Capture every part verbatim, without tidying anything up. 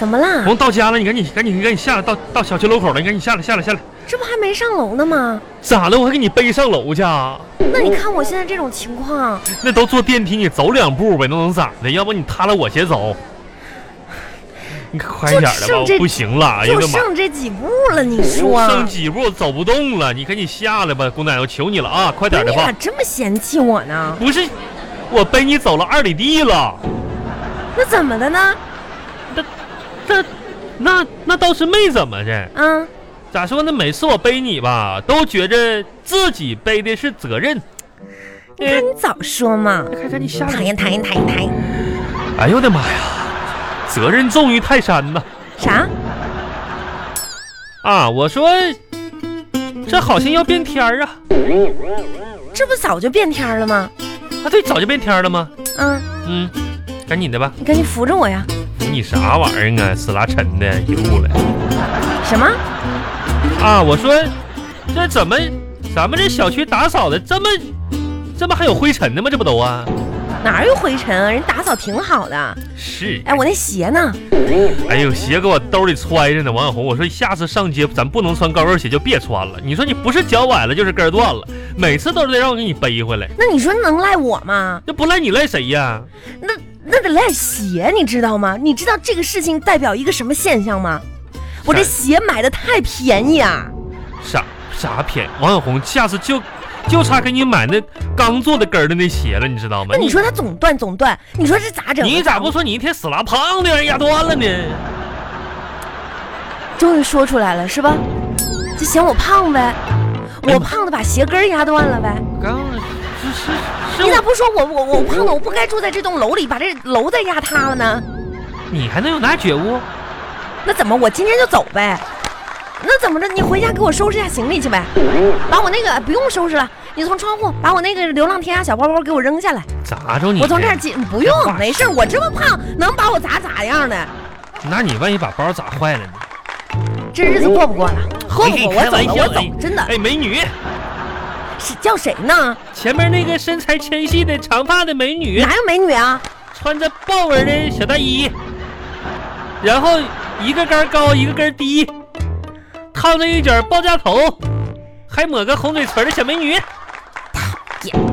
怎么啦？ 我到家了，你赶紧赶紧赶紧下来，到到小区楼口了，你赶紧下来下来下来。 这不还没上楼呢吗？ 咋了？我还给你背上楼去。 那你看我现在这种情况， 那都坐电梯，你走两步呗，那能咋的？要不你塌了我先走。你快点的吧，我不行了， 就剩这几步了，你说剩几步走不动了，你赶紧下来吧，姑奶奶，我求你了啊，快点的吧。 你咋这么嫌弃我呢？ 不是，我背你走了二里地了。 那怎么的呢？ 那那那那倒是没怎么的。 嗯， 咋说呢？每次我背你吧，都觉着自己背的是责任。 你看你早说嘛！ 看看你下来， 讨厌讨厌讨厌讨厌！ 哎呦我的妈呀！责任重于泰山呐！ 啥？ 啊，我说这好像要变天儿啊！ 这不早就变天了吗？ 啊，对，早就变天了吗？ 嗯嗯，赶紧的吧！ 你赶紧扶着我呀！ 扶你啥玩意儿啊？死拉沉的一路了。 什么？ 啊，我说这怎么咱们这小区打扫的这么这么还有灰尘的吗？这不都啊？ 哪有灰尘啊？人打扫挺好的。 是。 哎，我那鞋呢？ 哎呦，鞋搁我兜里揣着呢。王小红，我说下次上街咱不能穿高跟鞋，就别穿了。你说你不是脚崴了，就是跟断了，每次都得让我给你背回来。 那你说能赖我吗？ 那不赖你赖谁呀？ 那那得赖鞋，你知道吗？你知道这个事情代表一个什么现象吗？我这鞋买的太便宜啊！ 啥啥便宜？王小红，下次就。就差给你买那刚做的跟的那鞋了，你知道吗？ 那你说它总断总断，你说这咋整？ 你咋不说你一天死拉胖的让人压断了呢？ 终于说出来了是吧？就嫌我胖呗，我胖的把鞋跟压断了呗。 刚是是是， 你咋不说我我我胖的我不该住在这栋楼里，把这楼再压塌了呢？ 你还能有哪觉悟？ 那怎么我今天就走呗？那怎么着？你回家给我收拾一下行李去呗，把我那个不用收拾了，你从窗户把我那个流浪天涯小包包给我扔下来。 砸着你？ 我从这儿进，不用，没事，我这么胖，能把我砸咋样的？ 那你万一把包砸坏了呢？ 这日子过不过了？过不过？我走了，我走，真的。 哎，美女， 是叫谁呢？ 前面那个身材纤细的长发的美女。 哪有美女啊？ 穿着豹纹的小大衣，然后一个跟高一个跟低。烫着一卷爆炸头，还抹个红嘴唇的小美女， 讨厌！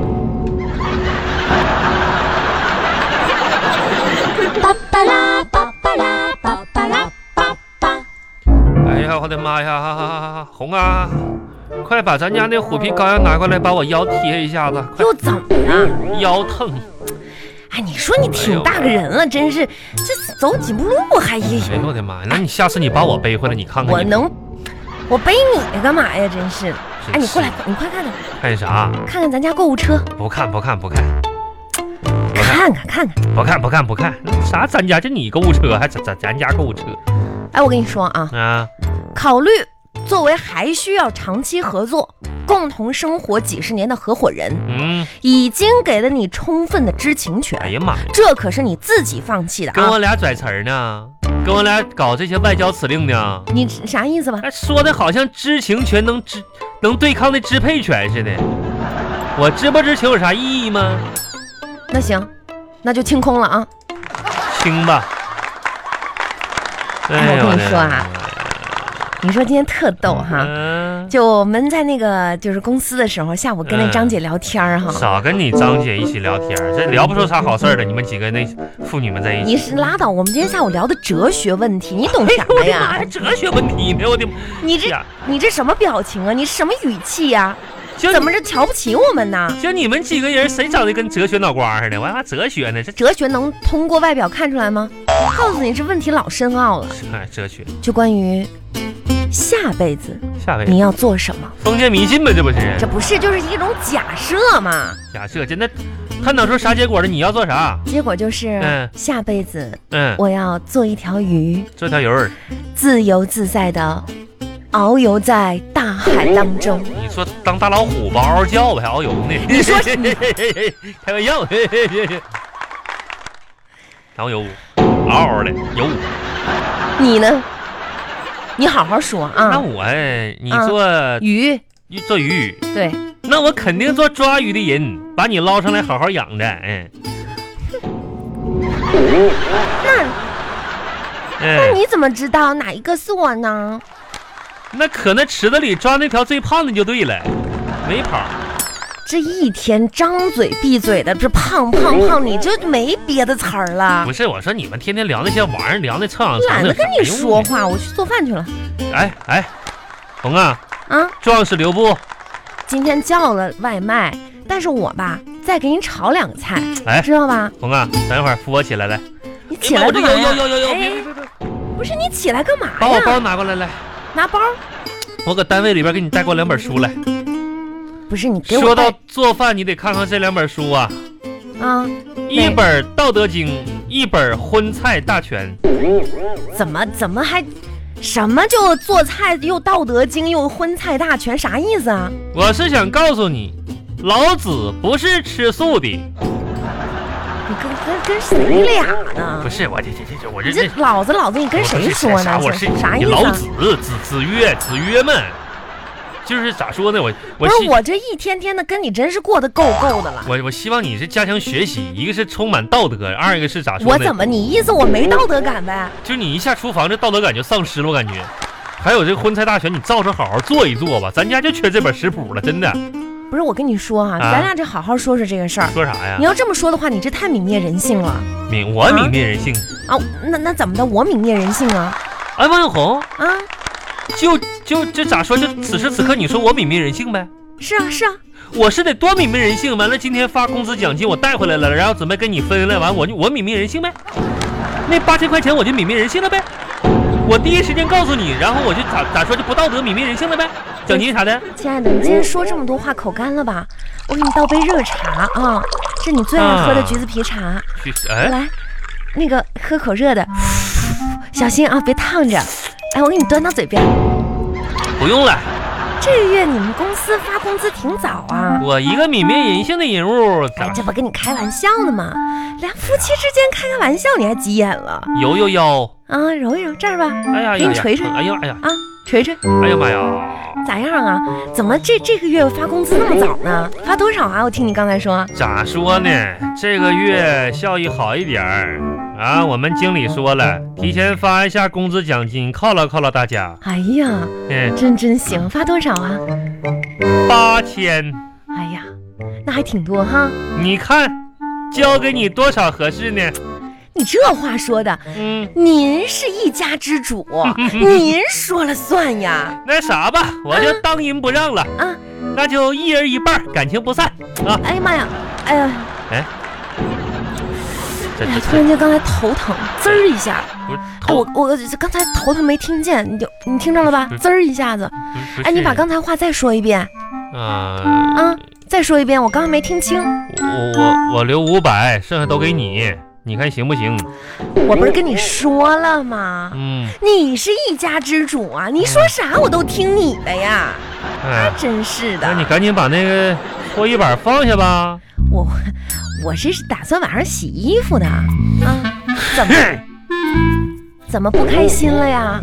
巴巴拉巴巴拉巴巴拉巴巴。 哎呀，我的妈呀！红啊，快把咱家那虎皮膏药拿过来，把我腰贴一下子。 又怎么了？ 腰疼。 哎，你说你挺大个人了，真是这走几步路还一…… 哎呦我的妈呀！那你下次你把我背回来，你看看。 我能。我背你干嘛呀？真是！哎，你过来，你快看看。 看啥？ 看看咱家购物车。 不看，不看，不看。 看看，看看。 不看，不看，不看。啥？咱家就你购物车，还咱咱咱家购物车？ 哎，我跟你说啊， 啊， 考虑作为还需要长期合作、共同生活几十年的合伙人， 嗯， 已经给了你充分的知情权。 哎呀妈呀， 这可是你自己放弃的啊！ 跟我俩拽词儿呢。跟我俩搞这些外交辞令呢？ 你啥意思吧？ 说的好像知情权能支能对抗那支配权似的。我知不知情有啥意义吗？ 那行，那就清空了啊。 清吧。 哎，我跟你说啊，你说今天特逗哈。嗯就我们在那个就是公司的时候，下午跟那张姐聊天哈、 嗯，少跟你张姐一起聊天，这聊不出啥好事儿的。你们几个那妇女们在一起， 你是拉倒。我们今天下午聊的哲学问题，你懂啥呀？ 哎、哲学问题呢？我的， 你这你这什么表情啊？你什么语气呀、啊？怎么这瞧不起我们呢？ 就你们几个人，谁长得跟哲学脑瓜似的？我还哲学呢？这哲学能通过外表看出来吗？告诉你，这问题老深奥了。 哎，哲学就关于。下辈子， 下辈子你要做什么？ 封建迷信呗，这不是？ 这不是，就是一种假设嘛。 假设真的探讨出啥结果了？你要做啥？ 结果就是， 嗯， 下辈子， 嗯， 我要做一条鱼， 做条鱼儿， 自由自在的遨游在大海当中。 你说当大老虎吧，嗷嗷叫吧，还遨游呢？ 你说开玩笑，遨游，嗷嗷的游。 你呢？你好好说啊！ 那我你做、 啊、鱼， 做鱼， 对， 那我肯定做抓鱼的人，把你捞上来好好养着。嗯， 那那你怎么知道哪一个是我呢？ 那可那池子里抓那条最胖的就对了，没跑。 这一天张嘴闭嘴的，这胖胖胖，你就没别的词儿了？ 不是，我说你们天天聊那些玩意儿，聊那臭氧层， 懒得跟你说话，我去做饭去了。 哎哎，红啊， 啊， 壮士留步。 今天叫了外卖，但是我吧，再给你炒两个菜， 哎， 知道吧？ 红啊，等一会儿扶我起来来。 你起来干嘛呀？ 有有有有有，别别别！ 不是你起来干嘛呀？ 把我包拿过来来。 拿包。 我搁单位里边给你带过两本书来。 不是你给我说到做饭，你得看看这两本书啊。 啊， 一本《道德经》，一本《荤菜大全》。 怎么怎么还？什么就做菜又道德经又荤菜大全，啥意思啊？ 我是想告诉你，老子不是吃素的。 你跟跟跟谁俩呢？ 不是我这这这我这这老子老子，你跟谁说呢？ 我是啥意思？ 老子子子曰子曰们，就是咋说呢？我我不是我这一天天的跟你真是过得够够的了。 我我希望你是加强学习，一个是充满道德，二一个是咋说呢？ 我怎么你意思我没道德感呗？ 就你一下厨房，这道德感就丧失了，我感觉。还有这个荤菜大全，你照着好好做一做吧，咱家就缺这本食谱了，真的。 不是我跟你说哈、啊，咱俩这好好说说这个事儿。 说啥呀？ 你要这么说的话，你这太泯灭人性了。 泯我泯灭人性啊？那那怎么的？我泯灭人性啊？ 哎，王小红啊， 就就这咋说？就此时此刻，你说我泯灭人性呗？ 是啊是啊， 我是得多泯灭人性。完了，今天发工资奖金我带回来了，然后准备跟你分了，完我就我泯灭人性呗？那八千块钱我就泯灭人性了呗？我第一时间告诉你，然后我就咋咋说就不道德泯灭人性了呗？奖金啥的？ 亲爱的，你今天说这么多话口干了吧？我给你倒杯热茶啊，是你最爱喝的橘子皮茶。啊哎、 来，那个喝口热的，小心啊，别烫着。哎，我给你端到嘴边。 不用了。 这个月你们公司发工资挺早啊。 我一个泯灭人性的人物， 哎，这不跟你开玩笑呢吗？俩夫妻之间开个玩笑，你还急眼了？ 揉揉腰啊，揉一揉这儿吧。 哎呀， 给你捶捶。 哎呀，哎呀， 啊，捶捶。 哎呀妈呀， 咋样啊？怎么这这个月发工资那么早呢？发多少啊？我听你刚才说。 咋说呢？这个月效益好一点儿啊。我们经理说了，提前发一下工资奖金，犒劳犒劳大家。 哎呀，嗯，真真行。发多少啊？ 八千。 哎呀，那还挺多哈。 你看，交给你多少合适呢？ 你这话说的， 嗯， 您是一家之主，您说了算呀。 那啥吧，我就当仁不让了啊，那就一人一半，感情不散啊。 哎呀妈呀，哎呀， 哎， 哎呀，突然间刚才头疼，滋儿一下。 不是头，我我刚才头疼没听见，你就你听着了吧？滋儿一下子。哎，你把刚才话再说一遍。 啊啊，再说一遍，我刚刚没听清。 我我我留五百，剩下都给你。你看行不行？ 我不是跟你说了吗？ 嗯， 你是一家之主啊，你说啥我都听你的呀。 哎， 真是的。 那你赶紧把那个搓衣板放下吧。 我我是打算晚上洗衣服的啊。怎么怎么不开心了呀？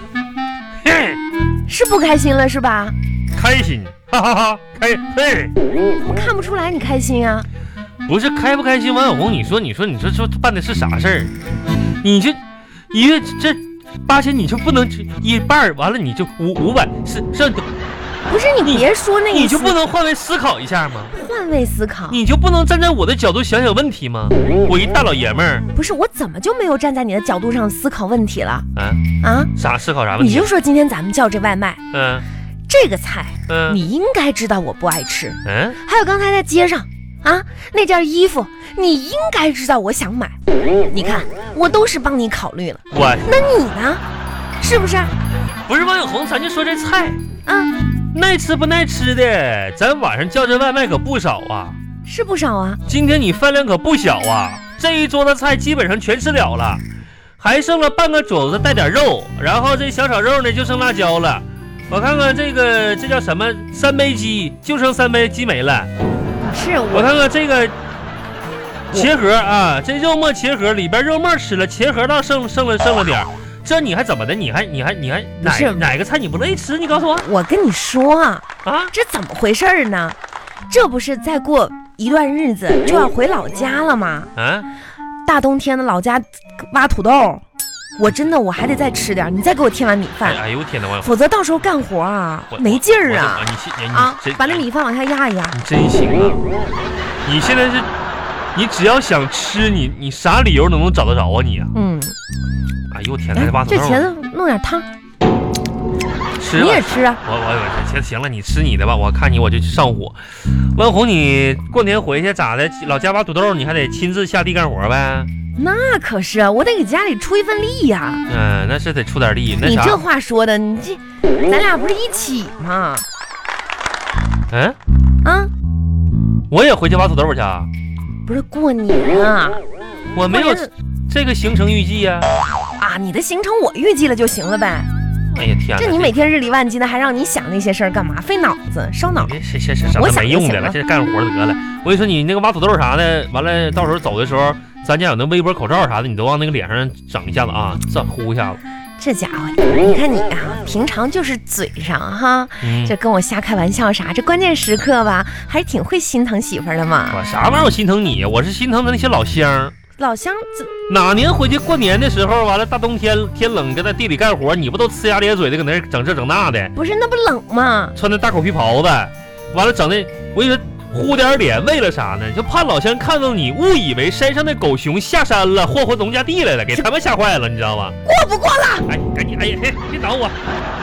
是不开心了是吧？ 开心，哈哈哈，开嘿。 我看不出来你开心啊。 不是开不开心，王小红，你说，你说，你说，说办的是啥事儿？你这一月这八千，你就不能一半完了，你就五五百是剩。 不是你别说那个， 你就不能换位思考一下吗？ 换位思考， 你就不能站在我的角度想想问题吗？我一大老爷们儿， 不是我怎么就没有站在你的角度上思考问题了？ 啊啊， 啥思考啥问题？ 你就说今天咱们叫这外卖， 嗯， 这个菜， 嗯， 你应该知道我不爱吃， 嗯， 还有刚才在街上。啊，那件衣服你应该知道我想买，你看我都是帮你考虑了。 我， 那你呢？是不是？ 不是王小红，咱就说这菜啊， 耐吃不耐吃的，咱晚上叫这外卖可不少啊， 是不少啊。 今天你饭量可不小啊，这一桌子菜基本上全吃了了，还剩了半个肘子带点肉，然后这小炒肉呢就剩辣椒了。我看看这个，这叫什么？三杯鸡，就剩三杯鸡没了。 是我, 我看看这个茄盒啊，这肉末茄盒里边肉末吃了，茄盒倒剩剩了剩了点，这你还怎么的？你还你还你还哪哪个菜你不乐意吃？你告诉我。 我跟你说啊， 啊， 这怎么回事呢？这不是再过一段日子就要回老家了吗？ 啊， 大冬天的老家挖土豆， 我真的我还得再吃点，你再给我添碗米饭。 哎，哎呦天哪，我否则到时候干活啊我没劲儿啊！ 你现你啊真， 把那米饭往下压一压。 你真行啊！你现在是，你只要想吃，你你啥理由能能找得着啊你啊？ 嗯， 哎呦天哪， 来挖土豆， 这茄子弄点汤， 吃吧你也吃啊？ 我我我行行了，你吃你的吧，我看你我就上火。万红，你过年回去咋的？老家挖土豆，你还得亲自下地干活呗？ 那可是啊，我得给家里出一份力呀。 嗯，那是得出点力。那啥， 你这话说的，你这咱俩不是一起吗？ 嗯啊， 我也回去挖土豆去啊？ 不是过年啊， 我没有过年这个行程预计呀。 啊，你的行程我预计了就行了呗。 哎呀天哪！ 这你每天日理万机的，还让你想那些事儿干嘛？费脑子，烧脑。 别是是是什么没用的了，这干活得了。我跟你说，你那个挖土豆啥的，完了到时候走的时候，咱家有那微波口罩啥的，你都往那个脸上整一下子啊，这呼一下子。 这家伙，你看你啊，平常就是嘴上哈， 嗯， 这跟我瞎开玩笑啥，这关键时刻吧，还挺会心疼媳妇儿的嘛。 我啥玩意儿？我心疼你，我是心疼的那些老乡。 老乡， 哪年回去过年的时候，完了大冬天天冷，搁在地里干活，你不都呲牙咧嘴的搁那整这整那的？ 不是那不冷吗？ 穿那大口皮袍子，完了整的，我跟你说，糊点脸，为了啥呢？就怕老乡看到你，误以为山上的狗熊下山了，霍霍农家地来了，给他们吓坏了，你知道吗？ 过不过了？ 哎，赶紧，哎呀，嘿，别挡我！